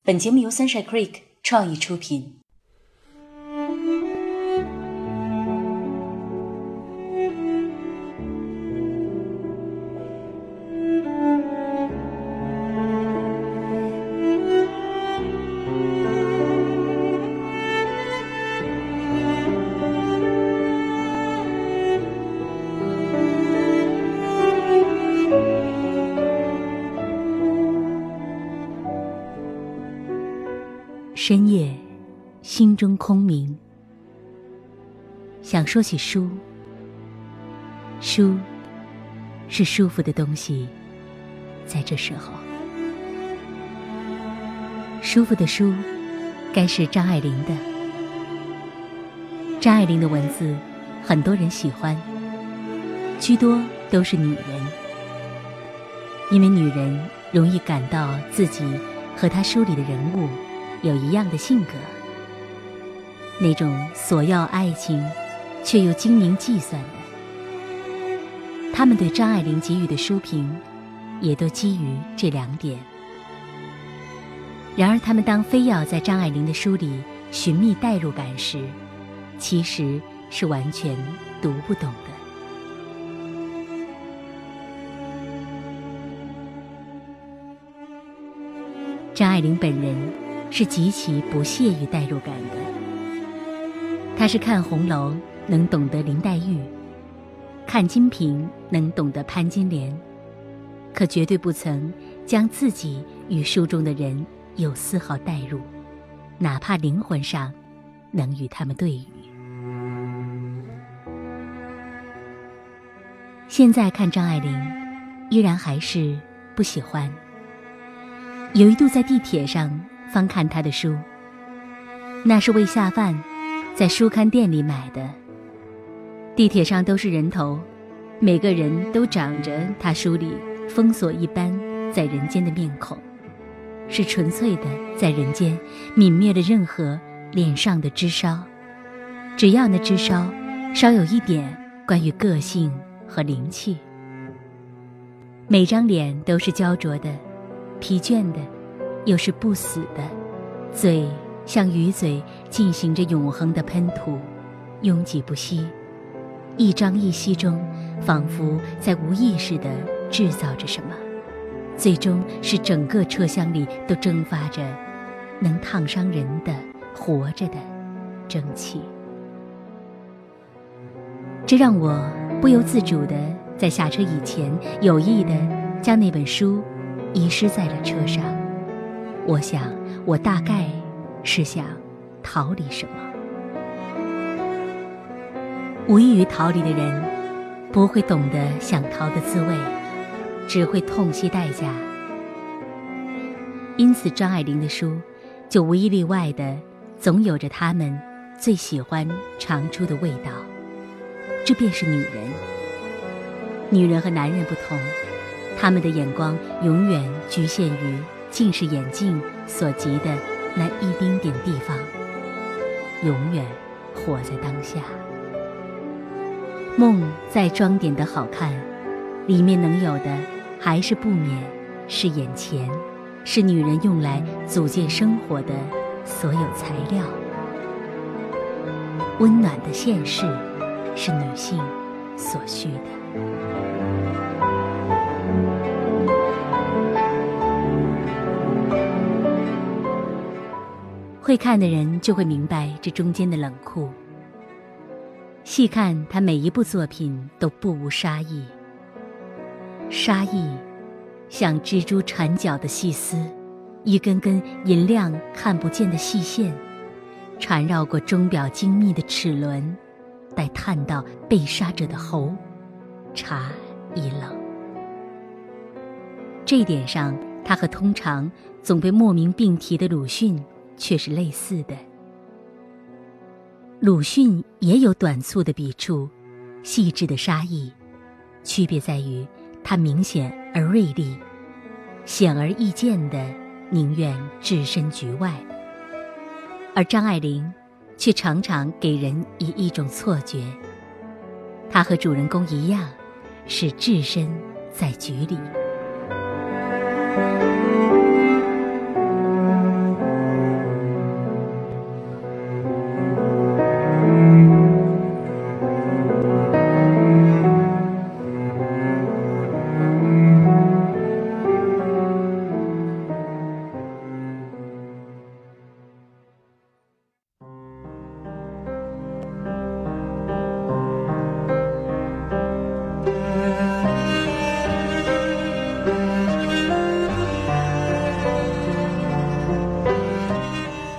本节目由 Sunshine Creek 创意出品。 深夜，心中空明，想说起书。书是舒服的东西，在这时候，舒服的书该是张爱玲的。张爱玲的文字很多人喜欢，居多都是女人，因为女人容易感到自己和她书里的人物有一样的性格，那种索要爱情却又精明计算的。他们对张爱玲给予的书评也都基于这两点。然而他们当非要在张爱玲的书里寻觅代入感时，其实是完全读不懂的。张爱玲本人是极其不屑于代入感的。他是看红楼能懂得林黛玉，看金瓶能懂得潘金莲，可绝对不曾将自己与书中的人有丝毫代入，哪怕灵魂上能与他们对语。现在看张爱玲，依然还是不喜欢。有一度在地铁上翻看他的书，那是为下饭在书刊店里买的。地铁上都是人头，每个人都长着他书里封锁一般在人间的面孔，是纯粹的在人间泯灭了任何脸上的枝梢，只要那枝梢稍有一点关于个性和灵气。每张脸都是焦灼的，疲倦的，又是不死的，嘴像鱼嘴进行着永恒的喷吐，拥挤不息，一张一息中仿佛在无意识地制造着什么，最终是整个车厢里都蒸发着能烫伤人的活着的蒸汽。这让我不由自主地在下车以前有意地将那本书遗失在了车上。我想我大概是想逃离什么。无异于逃离的人不会懂得想逃的滋味，只会痛惜代价。因此张爱玲的书就无一例外的总有着他们最喜欢尝出的味道，这便是女人。女人和男人不同，他们的眼光永远局限于近视眼镜所及的那一丁点地方，永远活在当下。梦再装点的好看，里面能有的还是不免是眼前，是女人用来组建生活的所有材料。温暖的现实是女性所需的。会看的人就会明白这中间的冷酷。细看他每一部作品都不无杀意，杀意像蜘蛛缠脚的细丝，一根根银亮看不见的细线缠绕过钟表精密的齿轮，待探到被杀者的喉，茶一冷。这一点上，他和通常总被莫名并提的鲁迅却是类似的。鲁迅也有短促的笔触，细致的杀意，区别在于他明显而锐利，显而易见的宁愿置身局外。而张爱玲却常常给人以一种错觉，她和主人公一样，是置身在局里。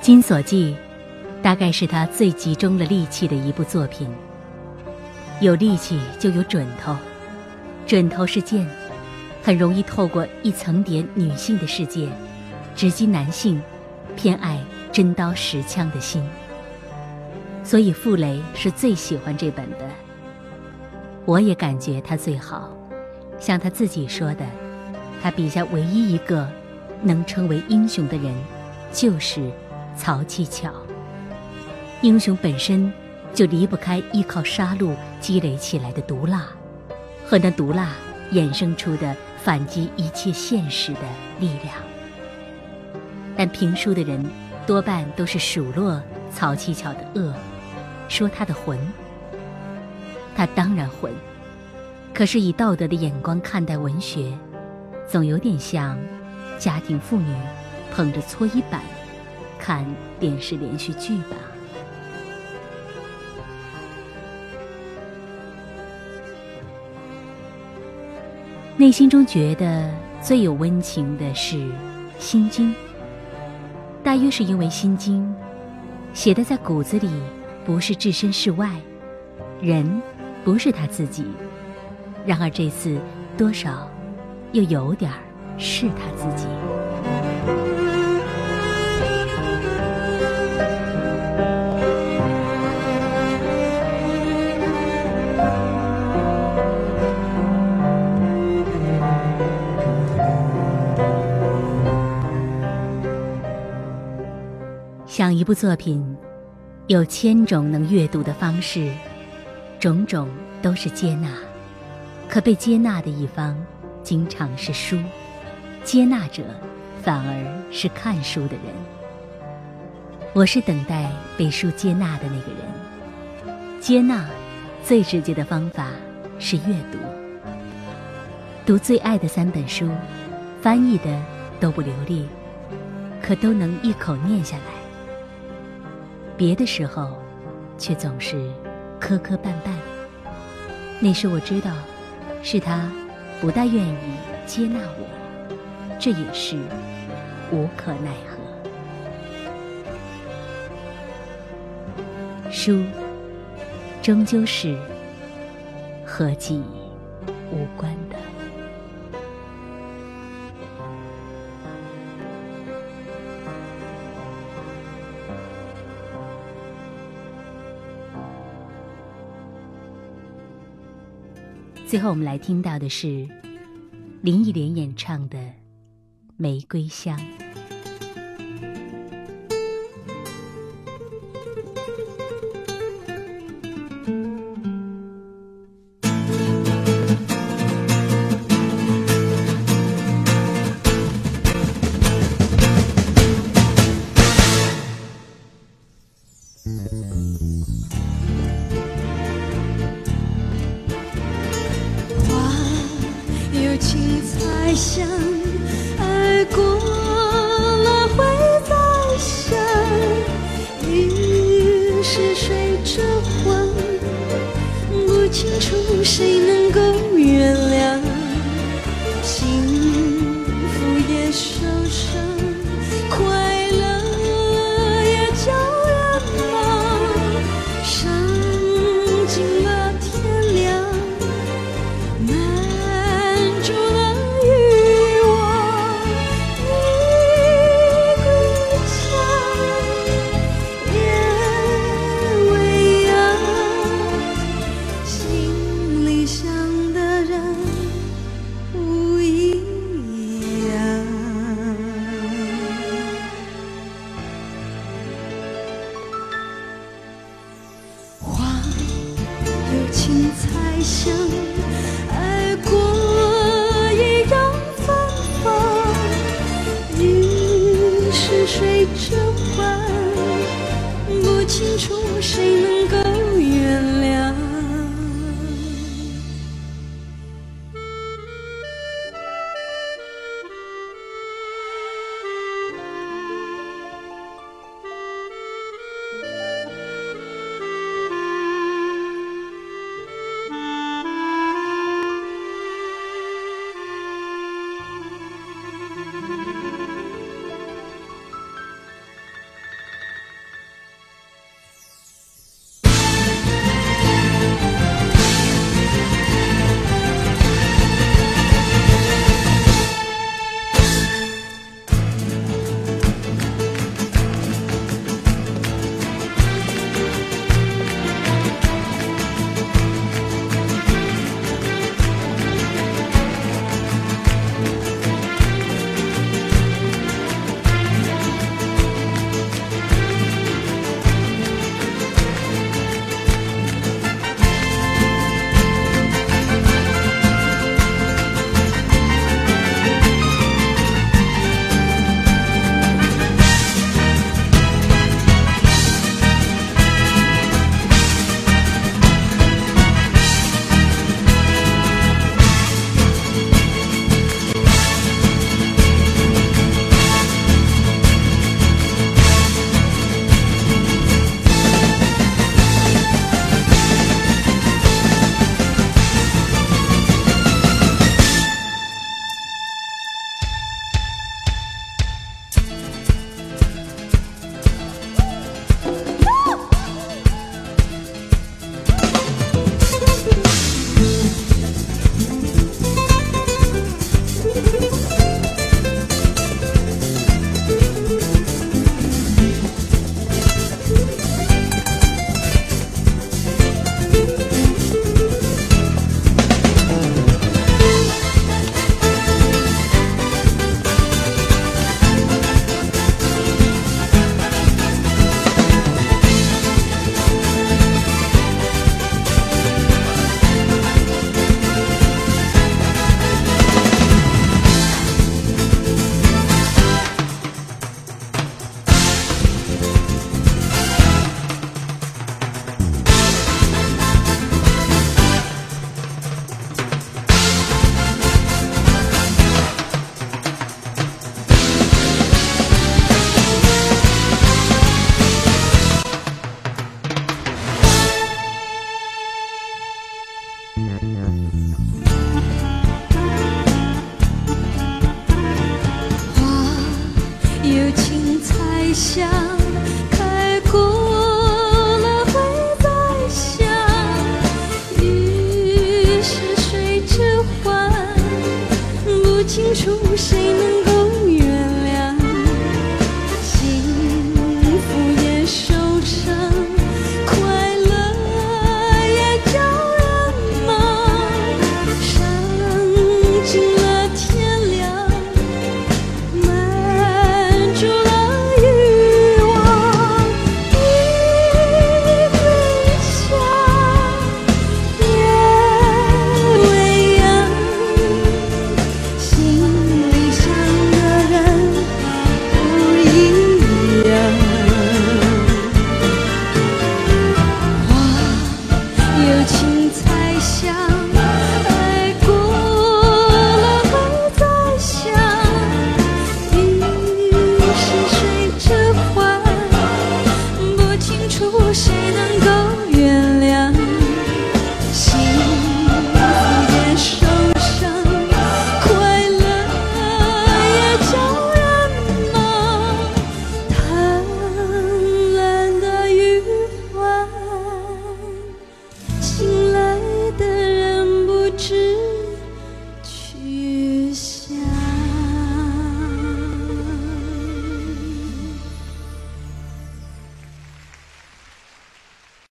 金锁记大概是他最集中了力气的一部作品。有力气就有准头，准头是剑，很容易透过一层点女性的世界，直击男性偏爱真刀实枪的心。所以傅雷是最喜欢这本的。我也感觉他最好，像他自己说的，他笔下唯一一个能称为英雄的人就是曹七巧。英雄本身就离不开依靠杀戮积累起来的毒辣，和那毒辣衍生出的反击一切现实的力量。但评书的人多半都是数落曹七巧的恶，说他的混。他当然混，可是以道德的眼光看待文学，总有点像家庭妇女捧着搓衣板看电视连续剧吧。内心中觉得最有温情的是《心经》，大约是因为《心经》写的在骨子里不是置身事外，人不是他自己，然而这次多少又有点是他自己。想一部作品有1000种能阅读的方式，种种都是接纳，可被接纳的一方经常是书，接纳者反而是看书的人。我是等待被书接纳的那个人。接纳最直接的方法是阅读，读最爱的3本书，翻译的都不流利，可都能一口念下来。别的时候却总是磕磕绊绊，那时我知道是他不大愿意接纳我，这也是无可奈何。书终究是和己无关的。最后我们来听到的是林忆莲演唱的《玫瑰香》。 想爱过了会再想，于是睡着晃，不清楚谁能够原谅，幸福也受伤，快乐也叫人忙，伤尽了天亮，难住了猜想，爱过一样芬芳，于是睡着晃，不清楚谁能够